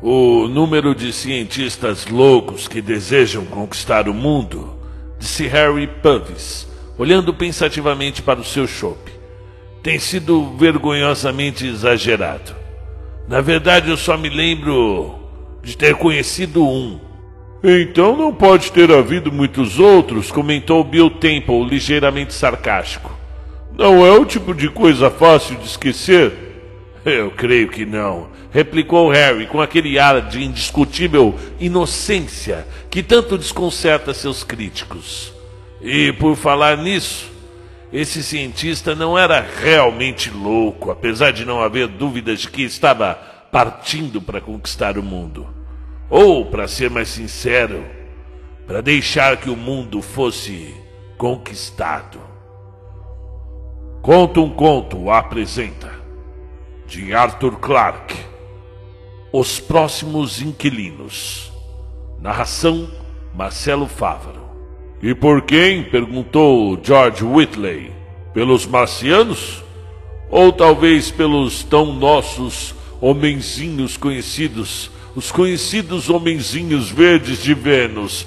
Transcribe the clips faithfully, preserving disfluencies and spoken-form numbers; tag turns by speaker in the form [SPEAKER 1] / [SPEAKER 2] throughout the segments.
[SPEAKER 1] O número de cientistas loucos que desejam conquistar o mundo, disse Harry Purvis, olhando pensativamente para o seu chope, tem sido vergonhosamente exagerado. Na verdade, eu só me lembro de ter conhecido um. Então não pode ter havido muitos outros, comentou Bill Temple, ligeiramente sarcástico. Não é o tipo de coisa fácil de esquecer? Eu creio que não, replicou Harry com aquele ar de indiscutível inocência que tanto desconcerta seus críticos. E por falar nisso, esse cientista não era realmente louco, apesar de não haver dúvidas de que estava partindo para conquistar o mundo. Ou, para ser mais sincero, para deixar que o mundo fosse conquistado. Conta um Conto apresenta, de Arthur Clarke, Os Próximos Inquilinos. Narração, Marcelo Fávaro. E por quem? Perguntou George Whitley. Pelos marcianos? Ou talvez pelos tão nossos homenzinhos conhecidos, os conhecidos homenzinhos verdes de Vênus?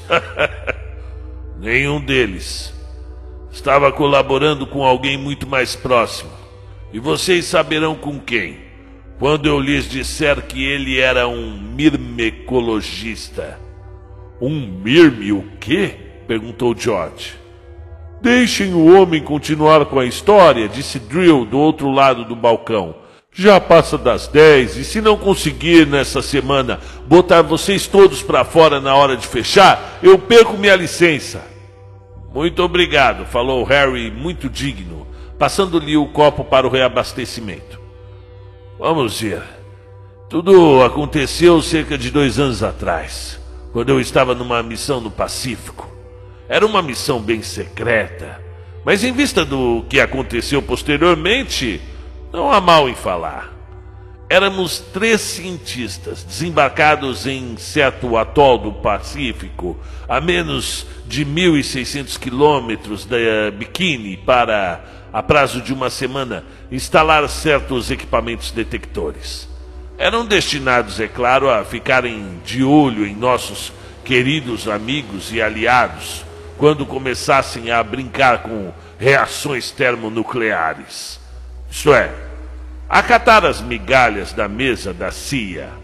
[SPEAKER 1] Nenhum deles. Estava colaborando com alguém muito mais próximo. E vocês saberão com quem, quando eu lhes disser que ele era um mirmecologista. Um mirme o quê? Perguntou George. Deixem o homem continuar com a história, disse Drill do outro lado do balcão. Já passa das dez e se não conseguir nessa semana botar vocês todos para fora na hora de fechar, eu perco minha licença. Muito obrigado, falou Harry, muito digno, passando-lhe o copo para o reabastecimento. Vamos ver. Tudo aconteceu cerca de dois anos atrás, quando eu estava numa missão no Pacífico. Era uma missão bem secreta, mas em vista do que aconteceu posteriormente, não há mal em falar. Éramos três cientistas desembarcados em certo atol do Pacífico, a menos de mil e seiscentos quilômetros da Bikini, para, a prazo de uma semana, instalar certos equipamentos detectores. Eram destinados, é claro, a ficarem de olho em nossos queridos amigos e aliados, quando começassem a brincar com reações termonucleares. Isso é, acatar as migalhas da mesa da C I A.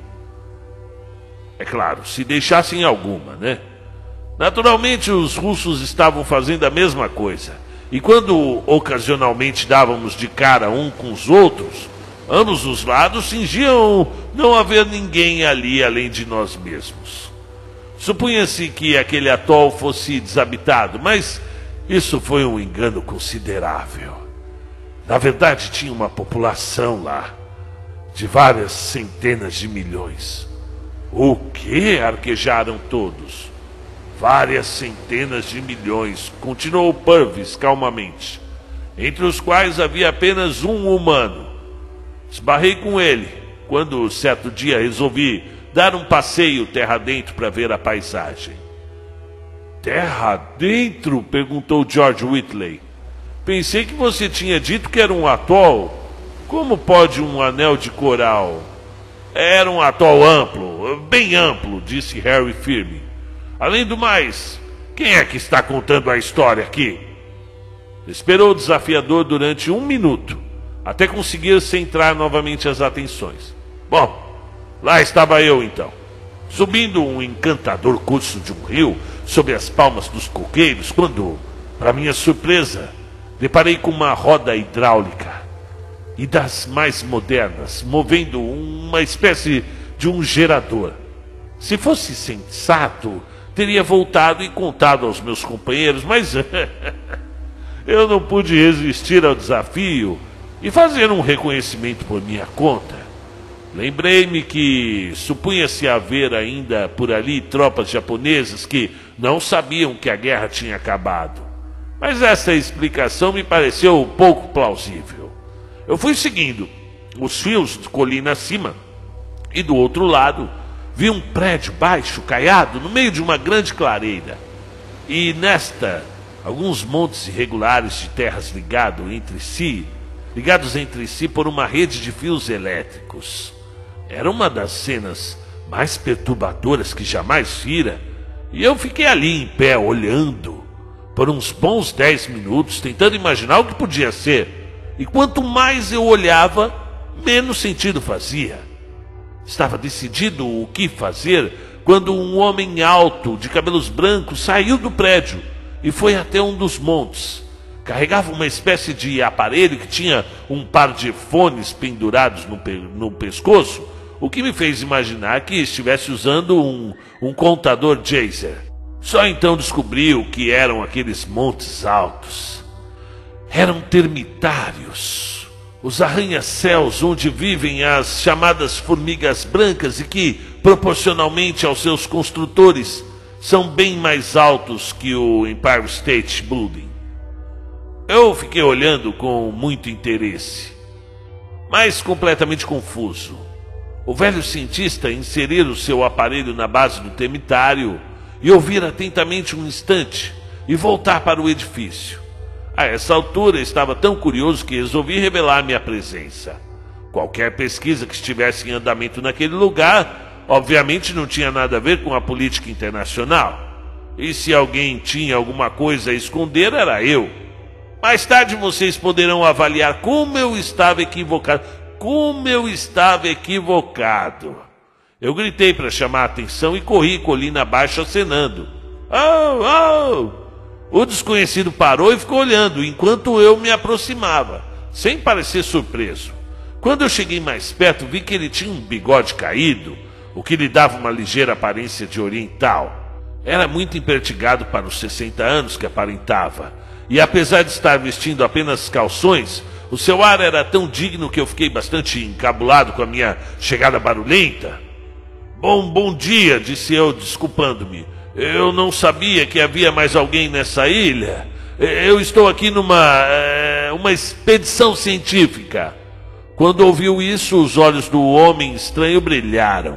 [SPEAKER 1] É claro, se deixassem alguma, né? Naturalmente, os russos estavam fazendo a mesma coisa. E quando ocasionalmente dávamos de cara um com os outros, ambos os lados fingiam não haver ninguém ali além de nós mesmos. Supunha-se que aquele atol fosse desabitado, mas isso foi um engano considerável. Na verdade, tinha uma população lá, de várias centenas de milhões. O quê? Arquejaram todos. Várias centenas de milhões, continuou Purvis calmamente, entre os quais havia apenas um humano. Esbarrei com ele, quando certo dia resolvi dar um passeio terra dentro para ver a paisagem. Terra dentro? Perguntou George Whitley. Pensei que você tinha dito que era um atol. Como pode um anel de coral? Era um atol amplo, bem amplo, disse Harry firme. Além do mais, quem é que está contando a história aqui? Esperou o desafiador durante um minuto, até conseguir centrar novamente as atenções. Bom, lá estava eu então, subindo um encantador curso de um rio, sob as palmas dos coqueiros, quando, para minha surpresa, deparei com uma roda hidráulica, e das mais modernas, movendo uma espécie de um gerador. Se fosse sensato, teria voltado e contado aos meus companheiros, mas eu não pude resistir ao desafio e fazer um reconhecimento por minha conta. Lembrei-me que supunha-se haver ainda por ali tropas japonesas que não sabiam que a guerra tinha acabado. Mas essa explicação me pareceu pouco plausível. Eu fui seguindo os fios de colina acima e do outro lado vi um prédio baixo, caiado, no meio de uma grande clareira. E nesta, alguns montes irregulares de terras ligado entre si, ligados entre si por uma rede de fios elétricos. Era uma das cenas mais perturbadoras que jamais vira, e eu fiquei ali em pé, olhando, por uns bons dez minutos, tentando imaginar o que podia ser. E quanto mais eu olhava, menos sentido fazia. Estava decidido o que fazer, quando um homem alto, de cabelos brancos, saiu do prédio e foi até um dos montes. Carregava uma espécie de aparelho que tinha um par de fones pendurados no, pe no pescoço, o que me fez imaginar que estivesse usando um, um contador Jaser. Só então descobri o que eram aqueles montes altos. Eram termitários, os arranha-céus onde vivem as chamadas formigas brancas e que, proporcionalmente aos seus construtores, são bem mais altos que o Empire State Building. Eu fiquei olhando com muito interesse, mas completamente confuso. O velho cientista inserira o seu aparelho na base do termitário e ouvir atentamente um instante e voltar para o edifício. A essa altura estava tão curioso que resolvi revelar minha presença. Qualquer pesquisa que estivesse em andamento naquele lugar, obviamente não tinha nada a ver com a política internacional. E se alguém tinha alguma coisa a esconder, era eu. Mais tarde vocês poderão avaliar como eu estava equivocado. Como eu estava equivocado. Eu gritei para chamar a atenção e corri colina abaixo acenando. Oh, oh! O desconhecido parou e ficou olhando enquanto eu me aproximava, sem parecer surpreso. Quando eu cheguei mais perto, vi que ele tinha um bigode caído, o que lhe dava uma ligeira aparência de oriental. Era muito empertigado para os sessenta anos que aparentava, e apesar de estar vestindo apenas calções, o seu ar era tão digno que eu fiquei bastante encabulado com a minha chegada barulhenta. Bom, bom dia, disse eu, desculpando-me. Eu não sabia que havia mais alguém nessa ilha. Eu estou aqui numa é, uma expedição científica. Quando ouviu isso, os olhos do homem estranho brilharam.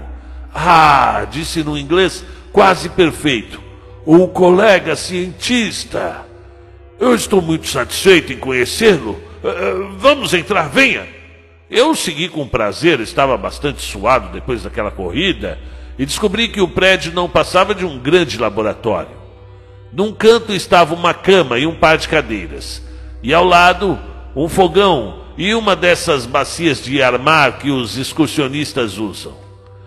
[SPEAKER 1] Ah, disse no inglês quase perfeito. O colega cientista. Eu estou muito satisfeito em conhecê-lo. Uh, vamos entrar, venha. Eu segui com prazer, estava bastante suado depois daquela corrida e descobri que o prédio não passava de um grande laboratório. Num canto estava uma cama e um par de cadeiras, e ao lado um fogão e uma dessas bacias de armar que os excursionistas usam.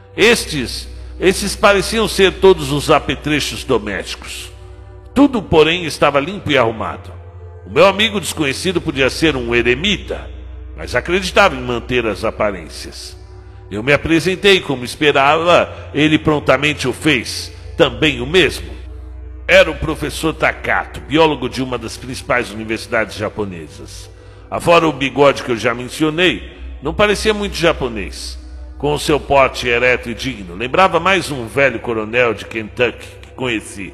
[SPEAKER 1] Estes, esses pareciam ser todos os apetrechos domésticos. Tudo, porém, estava limpo e arrumado. O meu amigo desconhecido podia ser um eremita, mas acreditava em manter as aparências. Eu me apresentei como esperava, ele prontamente o fez, também o mesmo. Era o professor Takato, biólogo de uma das principais universidades japonesas. Afora o bigode que eu já mencionei, não parecia muito japonês. Com o seu porte ereto e digno, lembrava mais um velho coronel de Kentucky que conheci.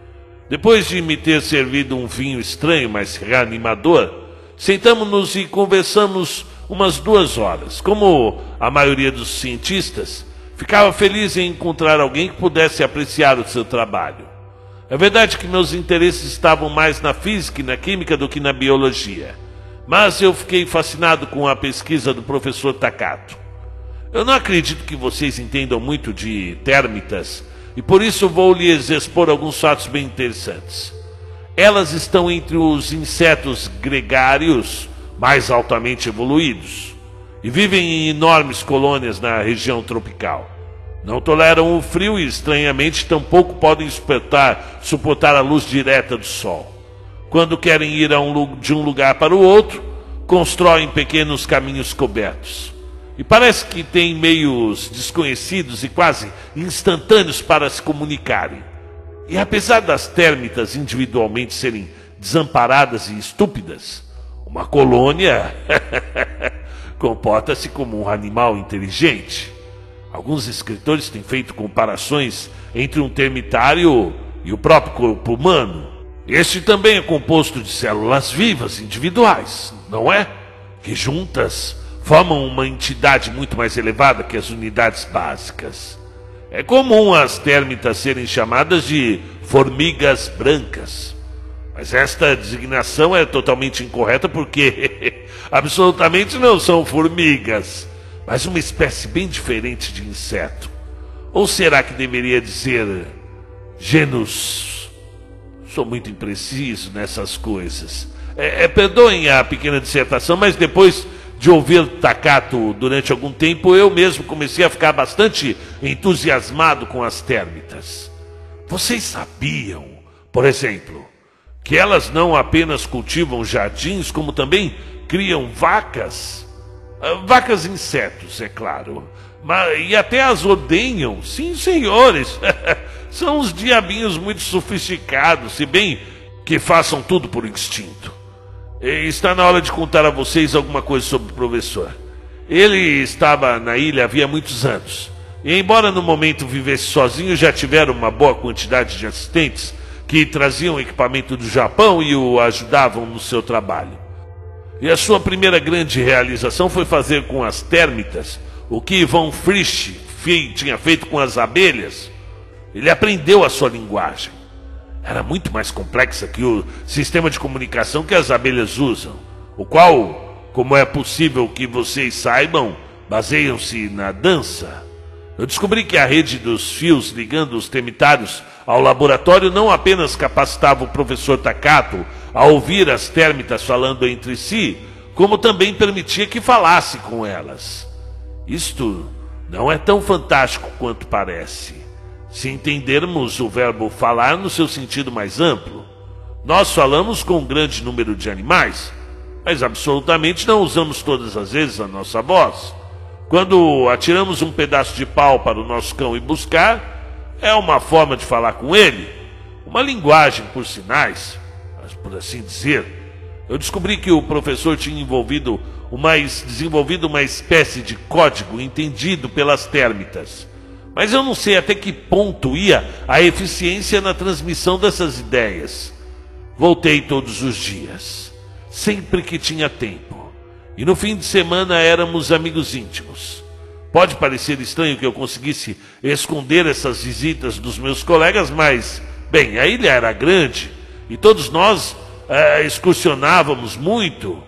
[SPEAKER 1] Depois de me ter servido um vinho estranho, mas reanimador, sentamos-nos e conversamos umas duas horas. Como a maioria dos cientistas, ficava feliz em encontrar alguém que pudesse apreciar o seu trabalho. É verdade que meus interesses estavam mais na física e na química do que na biologia, mas eu fiquei fascinado com a pesquisa do professor Takato. Eu não acredito que vocês entendam muito de térmitas, e por isso vou lhes expor alguns fatos bem interessantes. Elas estão entre os insetos gregários mais altamente evoluídos e vivem em enormes colônias na região tropical. Não toleram o frio e, estranhamente, tampouco podem suportar, suportar a luz direta do sol. Quando querem ir a um, de um lugar para o outro, constroem pequenos caminhos cobertos. E parece que têm meios desconhecidos e quase instantâneos para se comunicarem. E apesar das térmitas individualmente serem desamparadas e estúpidas, uma colônia comporta-se como um animal inteligente. Alguns escritores têm feito comparações entre um termitário e o próprio corpo humano. Este também é composto de células vivas individuais, não é? Que juntas formam uma entidade muito mais elevada que as unidades básicas. É comum as térmitas serem chamadas de formigas brancas. Mas esta designação é totalmente incorreta porque absolutamente não são formigas, mas uma espécie bem diferente de inseto. Ou será que deveria dizer genus? Sou muito impreciso nessas coisas. É, é, perdoem a pequena dissertação, mas depois de ouvir Takato durante algum tempo, eu mesmo comecei a ficar bastante entusiasmado com as térmitas. Vocês sabiam, por exemplo, que elas não apenas cultivam jardins, como também criam vacas? Vacas insetos, é claro. Mas, e até as ordenham. Sim, senhores. São uns diabinhos muito sofisticados, se bem que façam tudo por instinto. Está na hora de contar a vocês alguma coisa sobre o professor. Ele estava na ilha havia muitos anos. E embora no momento vivesse sozinho, já tiveram uma boa quantidade de assistentes que traziam equipamento do Japão e o ajudavam no seu trabalho. E a sua primeira grande realização foi fazer com as térmitas o que Von Frisch tinha feito com as abelhas. Ele aprendeu a sua linguagem. Era muito mais complexa que o sistema de comunicação que as abelhas usam, o qual, como é possível que vocês saibam, baseiam-se na dança. Eu descobri que a rede dos fios ligando os termitários ao laboratório não apenas capacitava o professor Takato a ouvir as térmitas falando entre si, como também permitia que falasse com elas. Isto não é tão fantástico quanto parece, se entendermos o verbo falar no seu sentido mais amplo. Nós falamos com um grande número de animais, mas absolutamente não usamos todas as vezes a nossa voz. Quando atiramos um pedaço de pau para o nosso cão e buscar, é uma forma de falar com ele, uma linguagem por sinais, mas por assim dizer. Eu descobri que o professor tinha envolvido uma, desenvolvido uma espécie de código entendido pelas térmitas. Mas eu não sei até que ponto ia a eficiência na transmissão dessas ideias. Voltei todos os dias, sempre que tinha tempo. E no fim de semana éramos amigos íntimos. Pode parecer estranho que eu conseguisse esconder essas visitas dos meus colegas, mas, bem, a ilha era grande e todos nós é, excursionávamos muito.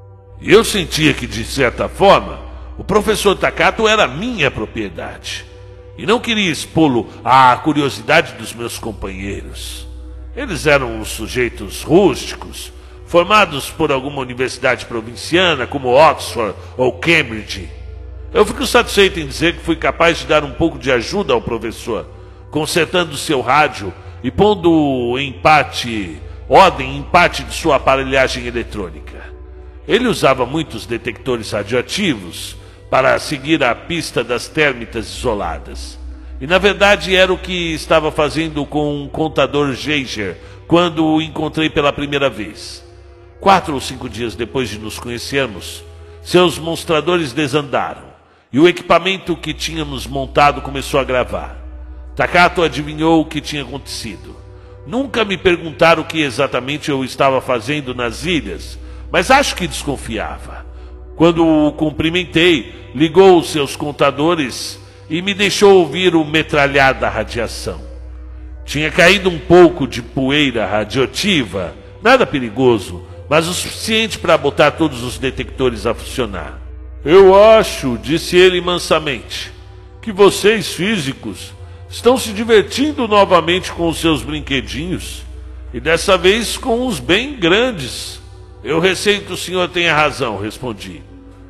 [SPEAKER 1] E eu sentia que, de certa forma, o professor Takato era minha propriedade. E não queria expô-lo à curiosidade dos meus companheiros. Eles eram uns sujeitos rústicos, formados por alguma universidade provinciana, como Oxford ou Cambridge. Eu fico satisfeito em dizer que fui capaz de dar um pouco de ajuda ao professor, consertando seu rádio e pondo em parte, ordem em parte de sua aparelhagem eletrônica. Ele usava muitos detectores radioativos para seguir a pista das térmitas isoladas. E na verdade era o que estava fazendo com um contador Geiger quando o encontrei pela primeira vez. Quatro ou cinco dias depois de nos conhecermos, seus mostradores desandaram e o equipamento que tínhamos montado começou a gravar. Takato adivinhou o que tinha acontecido. Nunca me perguntaram o que exatamente eu estava fazendo nas ilhas, mas acho que desconfiava. Quando o cumprimentei, ligou os seus contadores e me deixou ouvir o metralhar da radiação. Tinha caído um pouco de poeira radioativa, nada perigoso, mas o suficiente para botar todos os detectores a funcionar. Eu acho, disse ele mansamente, que vocês físicos estão se divertindo novamente com os seus brinquedinhos, e dessa vez com uns bem grandes. Eu receio que o senhor tenha razão, respondi.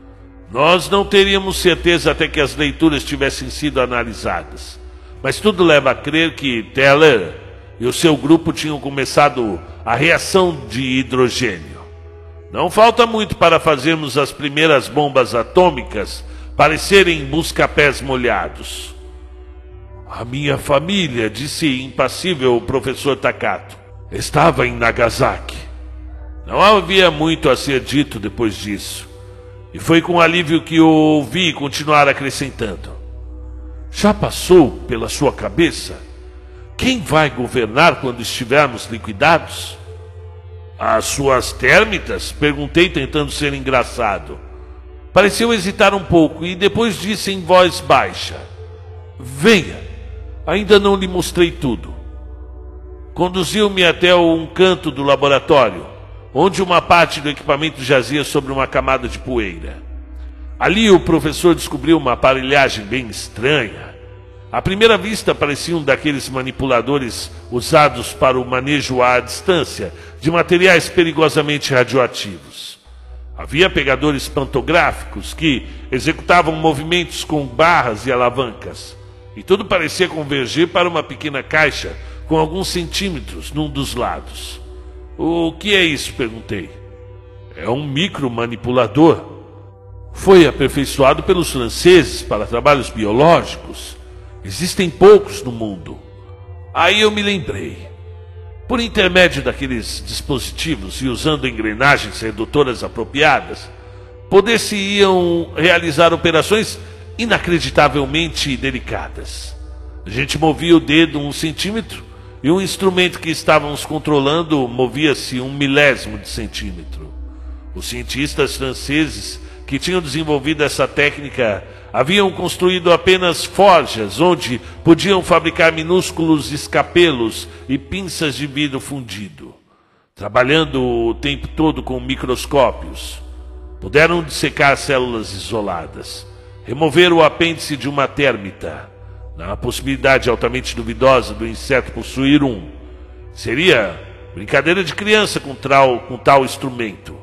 [SPEAKER 1] Nós não teríamos certeza até que as leituras tivessem sido analisadas. Mas tudo leva a crer que Teller e o seu grupo tinham começado a reação de hidrogênio. Não falta muito para fazermos as primeiras bombas atômicas parecerem busca-pés molhados. A minha família, disse impassível o professor Takato, estava em Nagasaki. Não havia muito a ser dito depois disso. E foi com alívio que eu ouvi continuar acrescentando. Já passou pela sua cabeça quem vai governar quando estivermos liquidados? As suas térmitas? Perguntei tentando ser engraçado. Pareceu hesitar um pouco e depois disse em voz baixa: Venha, ainda não lhe mostrei tudo. Conduziu-me até um canto do laboratório, onde uma parte do equipamento jazia sobre uma camada de poeira. Ali o professor descobriu uma aparelhagem bem estranha. À primeira vista, pareciam daqueles manipuladores usados para o manejo à distância de materiais perigosamente radioativos. Havia pegadores pantográficos que executavam movimentos com barras e alavancas, e tudo parecia convergir para uma pequena caixa com alguns centímetros num dos lados. O que é isso? Perguntei. É um micromanipulador. Foi aperfeiçoado pelos franceses para trabalhos biológicos. Existem poucos no mundo. Aí eu me lembrei. Por intermédio daqueles dispositivos e usando engrenagens redutoras apropriadas, poder-se-iam realizar operações inacreditavelmente delicadas. A gente movia o dedo um centímetro e o instrumento que estávamos controlando movia-se um milésimo de centímetro. Os cientistas franceses que tinham desenvolvido essa técnica haviam construído apenas forjas onde podiam fabricar minúsculos escapelos e pinças de vidro fundido. Trabalhando o tempo todo com microscópios, puderam dissecar células isoladas, remover o apêndice de uma térmita, na possibilidade altamente duvidosa do inseto possuir um. Seria brincadeira de criança com tal, com tal instrumento.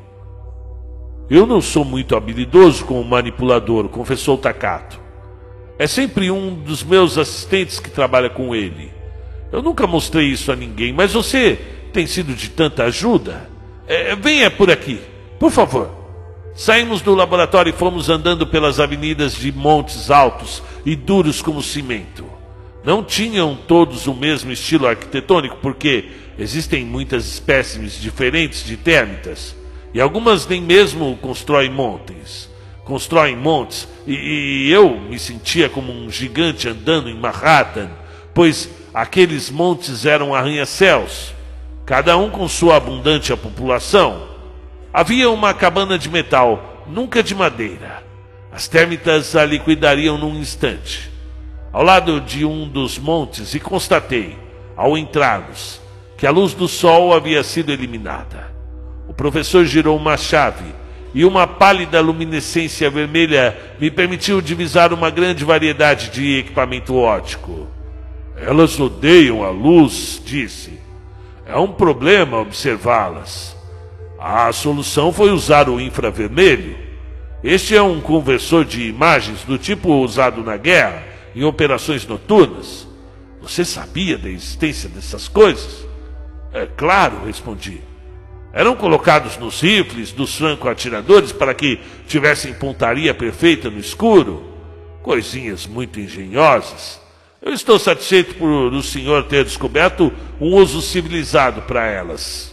[SPEAKER 1] Eu não sou muito habilidoso como manipulador, confessou Takato. É sempre um dos meus assistentes que trabalha com ele. Eu nunca mostrei isso a ninguém, mas você tem sido de tanta ajuda. É, venha por aqui, por favor. Saímos do laboratório e fomos andando pelas avenidas de montes altos e duros como cimento. Não tinham todos o mesmo estilo arquitetônico, porque existem muitas espécies diferentes de térmitas. E algumas nem mesmo constroem montes. Constroem montes, e, e eu me sentia como um gigante andando em Manhattan, pois aqueles montes eram arranha-céus, cada um com sua abundante população. Havia uma cabana de metal, nunca de madeira. As térmitas a liquidariam num instante. Ao lado de um dos montes, e constatei, ao entrarmos, que a luz do sol havia sido eliminada. O professor girou uma chave e uma pálida luminescência vermelha me permitiu divisar uma grande variedade de equipamento óptico. Elas odeiam a luz, disse. É um problema observá-las. A solução foi usar o infravermelho. Este é um conversor de imagens do tipo usado na guerra, em operações noturnas. Você sabia da existência dessas coisas? É claro, respondi. Eram colocados nos rifles dos franco-atiradores para que tivessem pontaria perfeita no escuro. Coisinhas muito engenhosas. Eu estou satisfeito por o senhor ter descoberto um uso civilizado para elas.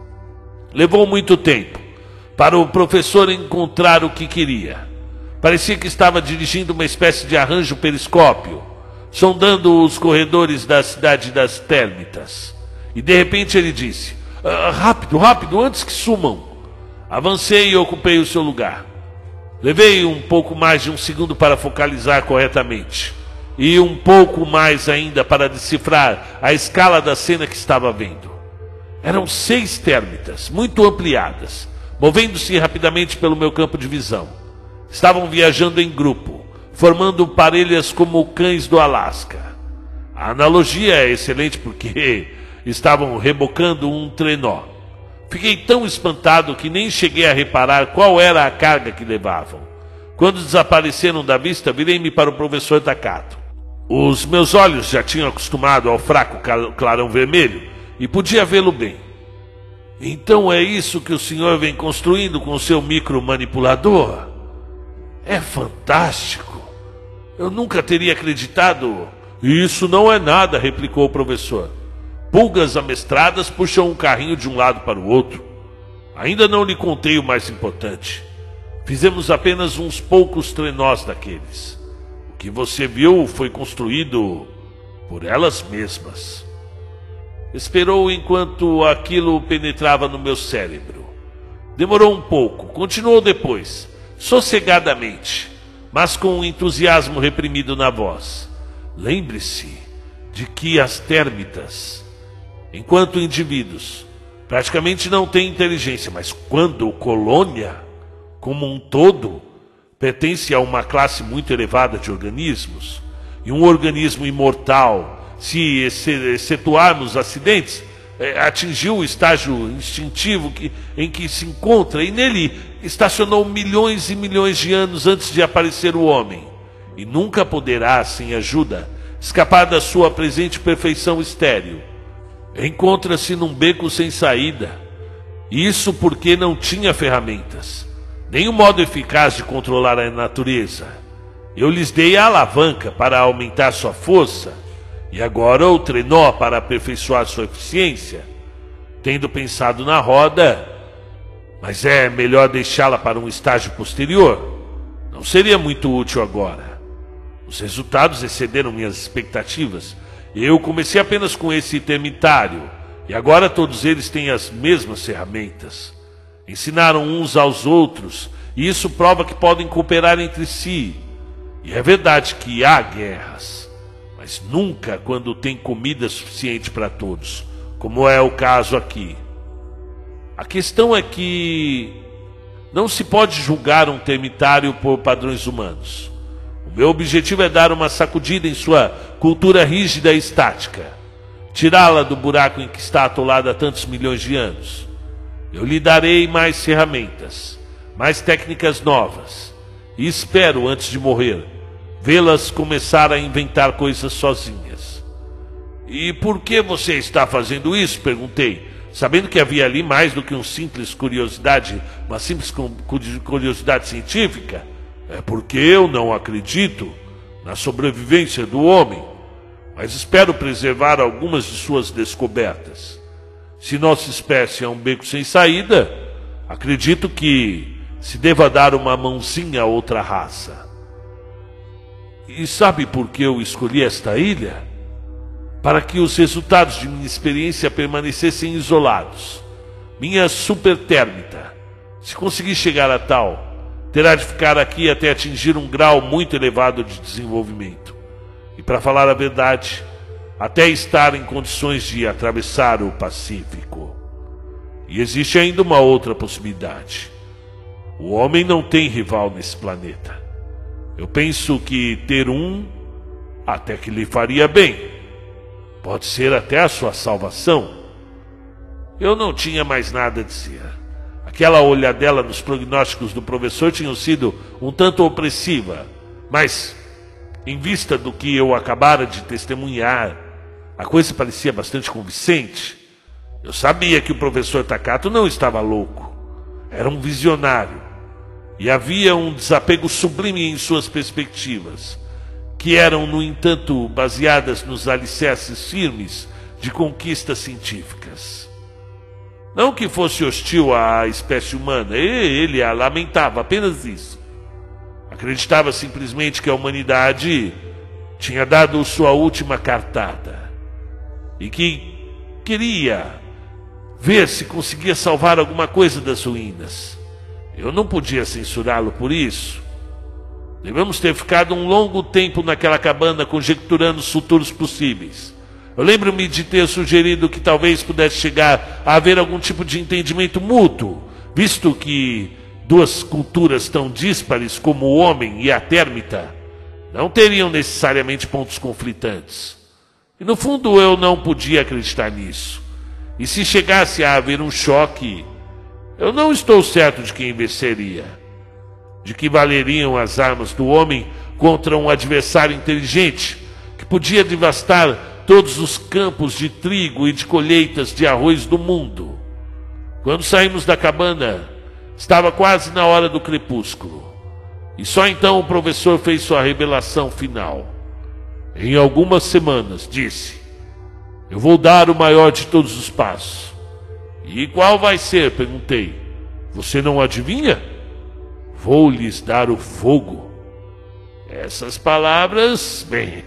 [SPEAKER 1] Levou muito tempo para o professor encontrar o que queria. Parecia que estava dirigindo uma espécie de arranjo periscópio, sondando os corredores da cidade das térmitas. E de repente ele disse... Uh, rápido, rápido, antes que sumam. Avancei e ocupei o seu lugar. Levei um pouco mais de um segundo para focalizar corretamente. E um pouco mais ainda para decifrar a escala da cena que estava vendo. Eram seis térmitas, muito ampliadas, movendo-se rapidamente pelo meu campo de visão. Estavam viajando em grupo, formando parelhas como cães do Alasca. A analogia é excelente porque... estavam rebocando um trenó. Fiquei tão espantado que nem cheguei a reparar qual era a carga que levavam. Quando desapareceram da vista, virei-me para o professor Takato. Os meus olhos já tinham acostumado ao fraco clarão vermelho e podia vê-lo bem. Então é isso que o senhor vem construindo com o seu micromanipulador? É fantástico. Eu nunca teria acreditado. Isso não é nada, replicou o professor. Pulgas amestradas puxam um carrinho de um lado para o outro. Ainda não lhe contei o mais importante. Fizemos apenas uns poucos trenós daqueles. O que você viu foi construído por elas mesmas. Esperou enquanto aquilo penetrava no meu cérebro. Demorou um pouco, continuou depois, sossegadamente, mas com um entusiasmo reprimido na voz. Lembre-se de que as térmitas, enquanto indivíduos, praticamente não têm inteligência, mas quando colônia, como um todo, pertence a uma classe muito elevada de organismos, e um organismo imortal, se excetuarmos acidentes, atingiu o estágio instintivo que, em que se encontra, e nele estacionou milhões e milhões de anos antes de aparecer o homem, e nunca poderá, sem ajuda, escapar da sua presente perfeição estéril. Encontra-se num beco sem saída, isso porque não tinha ferramentas, nem um modo eficaz de controlar a natureza. Eu lhes dei a alavanca para aumentar sua força, e agora o trenó para aperfeiçoar sua eficiência. Tendo pensado na roda, mas é melhor deixá-la para um estágio posterior. Não seria muito útil agora. Os resultados excederam minhas expectativas. Eu comecei apenas com esse termitário, e agora todos eles têm as mesmas ferramentas. Ensinaram uns aos outros, e isso prova que podem cooperar entre si. E é verdade que há guerras, mas nunca quando tem comida suficiente para todos, como é o caso aqui. A questão é que não se pode julgar um termitário por padrões humanos. O meu objetivo é dar uma sacudida em sua cultura rígida e estática, tirá-la do buraco em que está atolada há tantos milhões de anos. Eu lhe darei mais ferramentas, mais técnicas novas, e espero, antes de morrer, vê-las começar a inventar coisas sozinhas. E por que você está fazendo isso? Perguntei, sabendo que havia ali mais do que uma simples curiosidade, uma simples curiosidade científica. É porque eu não acredito na sobrevivência do homem, mas espero preservar algumas de suas descobertas. Se nossa espécie é um beco sem saída, acredito que se deva dar uma mãozinha a outra raça. E sabe por que eu escolhi esta ilha? Para que os resultados de minha experiência permanecessem isolados. Minha supertérmita, se conseguir chegar a tal, terá de ficar aqui até atingir um grau muito elevado de desenvolvimento. E para falar a verdade, até estar em condições de atravessar o Pacífico. E existe ainda uma outra possibilidade. O homem não tem rival nesse planeta. Eu penso que ter um até que lhe faria bem. Pode ser até a sua salvação. Eu não tinha mais nada a dizer. Aquela olhadela nos prognósticos do professor tinha sido um tanto opressiva, mas, em vista do que eu acabara de testemunhar, a coisa parecia bastante convincente. Eu sabia que o professor Takato não estava louco. Era um visionário. E havia um desapego sublime em suas perspectivas, que eram, no entanto, baseadas nos alicerces firmes de conquistas científicas. Não que fosse hostil à espécie humana, ele a lamentava, apenas isso. Acreditava simplesmente que a humanidade tinha dado sua última cartada e que queria ver se conseguia salvar alguma coisa das ruínas. Eu não podia censurá-lo por isso. Devemos ter ficado um longo tempo naquela cabana conjecturando os futuros possíveis. Eu lembro-me de ter sugerido que talvez pudesse chegar a haver algum tipo de entendimento mútuo, visto que duas culturas tão díspares como o homem e a térmita não teriam necessariamente pontos conflitantes. E no fundo eu não podia acreditar nisso. E se chegasse a haver um choque, eu não estou certo de quem venceria, de que valeriam as armas do homem contra um adversário inteligente, que podia devastar todos os campos de trigo e de colheitas de arroz do mundo. Quando saímos da cabana, estava quase na hora do crepúsculo, e só então o professor fez sua revelação final. Em algumas semanas, disse, eu vou dar o maior de todos os passos. E qual vai ser? Perguntei. Você não adivinha? Vou lhes dar o fogo. Essas palavras, bem,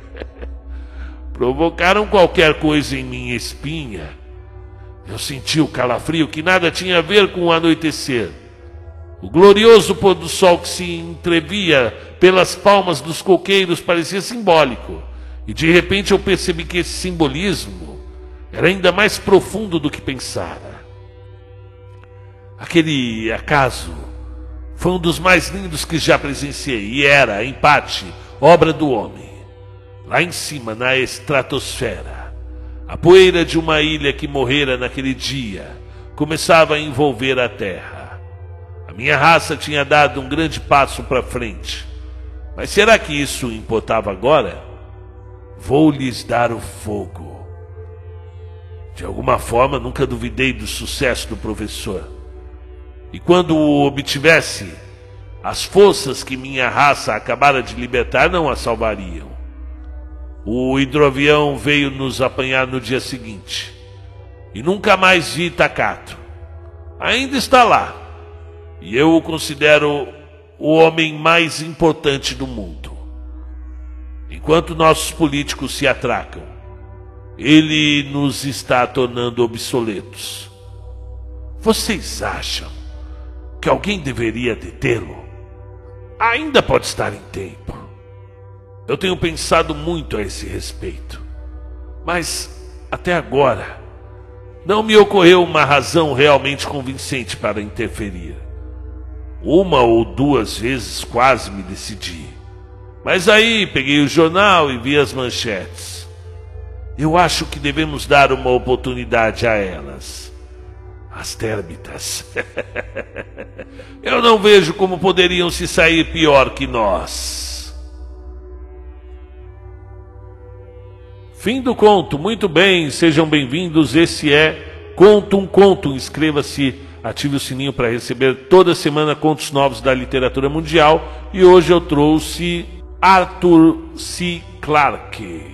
[SPEAKER 1] provocaram qualquer coisa em minha espinha. Eu senti o calafrio que nada tinha a ver com o anoitecer. O glorioso pôr do sol que se entrevia pelas palmas dos coqueiros parecia simbólico. E de repente eu percebi que esse simbolismo era ainda mais profundo do que pensara. Aquele acaso foi um dos mais lindos que já presenciei, e era, em parte, obra do homem. lá em cima, na estratosfera, a poeira de uma ilha que morrera naquele dia começava a envolver a Terra. A minha raça tinha dado um grande passo para frente. Mas será que isso importava agora? Vou lhes dar o fogo. De alguma forma, nunca duvidei do sucesso do professor. E quando o obtivesse, as forças que minha raça acabara de libertar não a salvariam. O hidroavião veio nos apanhar no dia seguinte. E nunca mais vi Takato. Ainda está lá. E eu o considero o homem mais importante do mundo. Enquanto nossos políticos se atracam, ele nos está tornando obsoletos. Vocês acham que alguém deveria detê-lo? Ainda pode estar em tempo. Eu tenho pensado muito a esse respeito. Mas, até agora, não me ocorreu uma razão realmente convincente para interferir. Uma ou duas vezes quase me decidi. Mas aí peguei o jornal e vi as manchetes. Eu acho que devemos dar uma oportunidade a elas. As térmitas. Eu não vejo como poderiam se sair pior que nós. Fim do conto. Muito bem, sejam bem-vindos. Esse é Conto um Conto. Inscreva-se, ative o sininho para receber toda semana contos novos da literatura mundial. E hoje eu trouxe Arthur C. Clarke.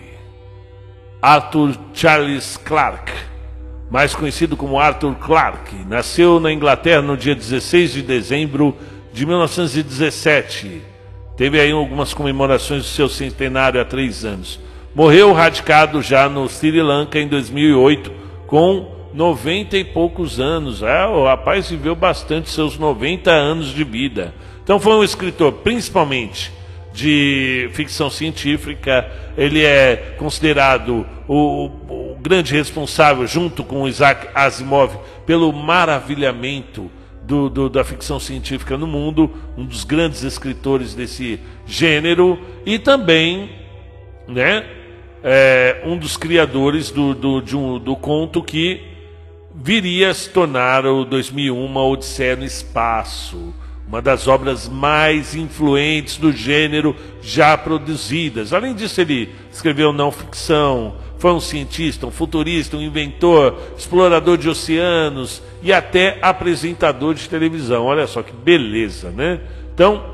[SPEAKER 1] Arthur Charles Clarke, mais conhecido como Arthur Clarke, nasceu na Inglaterra no dia dezesseis de dezembro de mil novecentos e dezessete. Teve aí algumas comemorações do seu centenário há três anos. Morreu radicado já no Sri Lanka em dois mil e oito, com noventa e poucos anos. É, o rapaz viveu bastante, seus noventa anos de vida. Então foi um escritor principalmente de ficção científica. Ele é considerado o, o grande responsável, junto com Isaac Asimov, pelo maravilhamento do, do, da ficção científica no mundo, um dos grandes escritores desse gênero, e também, né, é, um dos criadores do, do, de um, do conto que viria a se tornar o dois mil e um, uma Odisseia no Espaço, uma das obras mais influentes do gênero já produzidas. Além disso, ele escreveu não ficção, foi um cientista, um futurista, um inventor, explorador de oceanos e até apresentador de televisão. Olha só que beleza, né? Então,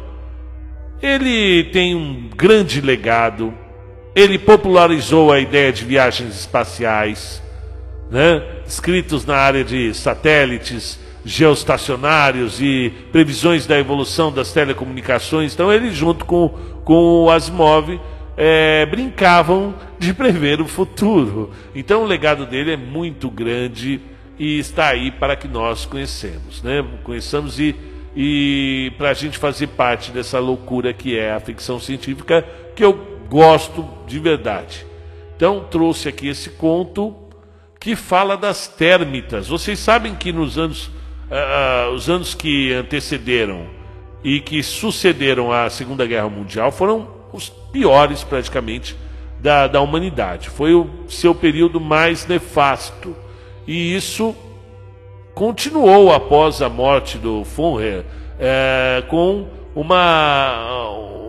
[SPEAKER 1] ele tem um grande legado. Ele popularizou a ideia de viagens espaciais, né? Escritos na área de satélites geoestacionários e previsões da evolução das telecomunicações. Então ele, junto com, com o Asimov, é, brincavam de prever o futuro. Então o legado dele é muito grande e está aí para que nós conhecemos, né? Conheçamos e, e para a gente fazer parte dessa loucura que é a ficção científica, que eu gosto de verdade. Então trouxe aqui esse conto que fala das térmitas. Vocês sabem que nos anos Uh, os anos que antecederam e que sucederam à Segunda Guerra Mundial foram os piores praticamente da, da humanidade. Foi o seu período mais nefasto. E isso continuou após a morte do Führer, uh, com uma,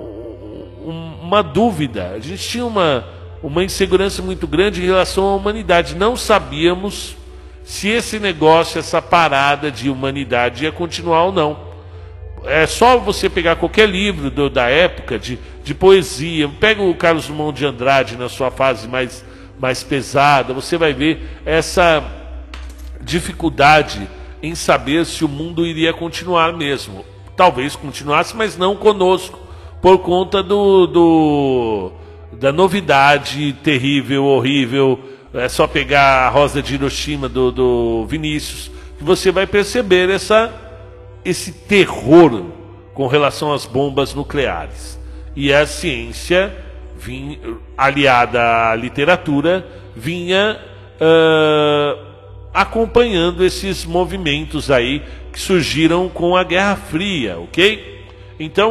[SPEAKER 1] uma dúvida. A gente tinha uma, uma insegurança muito grande em relação à humanidade. Não sabíamos se esse negócio, essa parada de humanidade ia continuar ou não. É só você pegar qualquer livro do, da época de, de poesia, pega o Carlos Drummond de Andrade na sua fase mais, mais pesada, você vai ver essa dificuldade em saber se o mundo iria continuar mesmo. Talvez continuasse, mas não conosco, por conta do, do, da novidade terrível, horrível. É só pegar a Rosa de Hiroshima do, do Vinícius, que você vai perceber essa, esse terror com relação às bombas nucleares. E a ciência, vinha, aliada à literatura, vinha uh, acompanhando esses movimentos aí que surgiram com a Guerra Fria, ok? Então,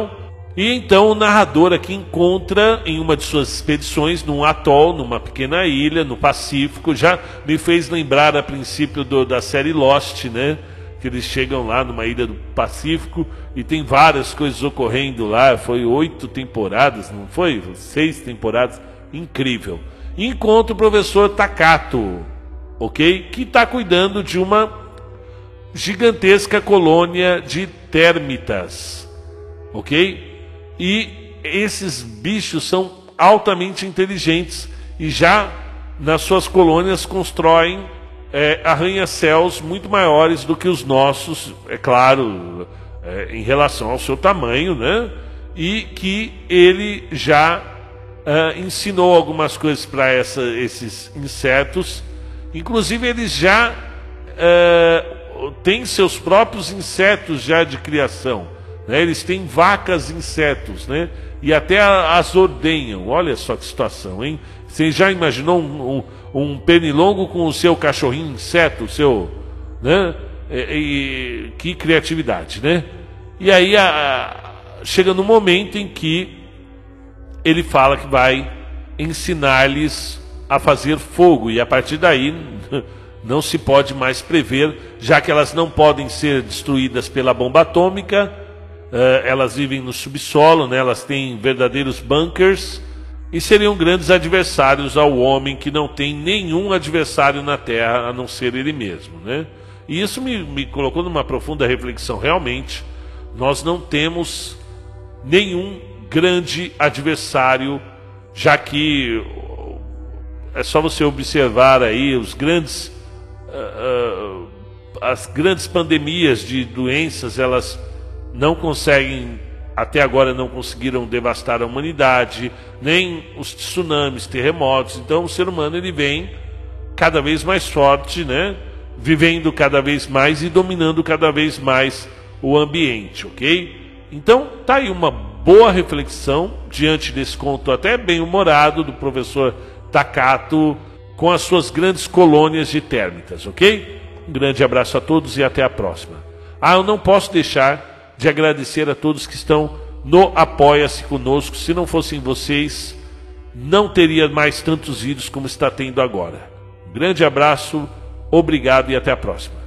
[SPEAKER 1] E então o narrador aqui encontra em uma de suas expedições num atol, numa pequena ilha no Pacífico. Já me fez lembrar a princípio do, da série Lost, né? Que eles chegam lá numa ilha do Pacífico e tem várias coisas ocorrendo lá. Foi oito temporadas, não foi? Seis temporadas, incrível. E encontra o professor Takato, ok? Que está cuidando de uma gigantesca colônia de térmitas, ok? E esses bichos são altamente inteligentes e já nas suas colônias constroem é, arranha-céus muito maiores do que os nossos, é claro, é, em relação ao seu tamanho, né? E que ele já é, ensinou algumas coisas para esses insetos. Inclusive eles já é, têm seus próprios insetos já de criação. Eles têm vacas insetos, né? E até as ordenham. Olha só que situação, hein? Você já imaginou um, um, um pernilongo com o seu cachorrinho inseto, o seu, né? E, e, que criatividade, né? E aí a, a, chega no momento em que ele fala que vai ensinar-lhes a fazer fogo, e a partir daí não se pode mais prever, já que elas não podem ser destruídas pela bomba atômica. Uh, elas vivem no subsolo, né? Elas têm verdadeiros bunkers e seriam grandes adversários ao homem, que não tem nenhum adversário na Terra a não ser ele mesmo, né? E isso me, me colocou numa profunda reflexão. Realmente, nós não temos nenhum grande adversário, já que é só você observar aí os grandes, uh, uh, as grandes pandemias de doenças, elas não conseguem, até agora não conseguiram devastar a humanidade, nem os tsunamis, terremotos. Então o ser humano ele vem cada vez mais forte, né? Vivendo cada vez mais e dominando cada vez mais o ambiente, ok? Então tá aí uma boa reflexão diante desse conto até bem humorado do professor Takato com as suas grandes colônias de térmitas, ok? Um grande abraço a todos e até a próxima. Ah, eu não posso deixar de agradecer a todos que estão no Apoia-se conosco. Se não fossem vocês, não teria mais tantos vídeos como está tendo agora. Um grande abraço, obrigado e até a próxima.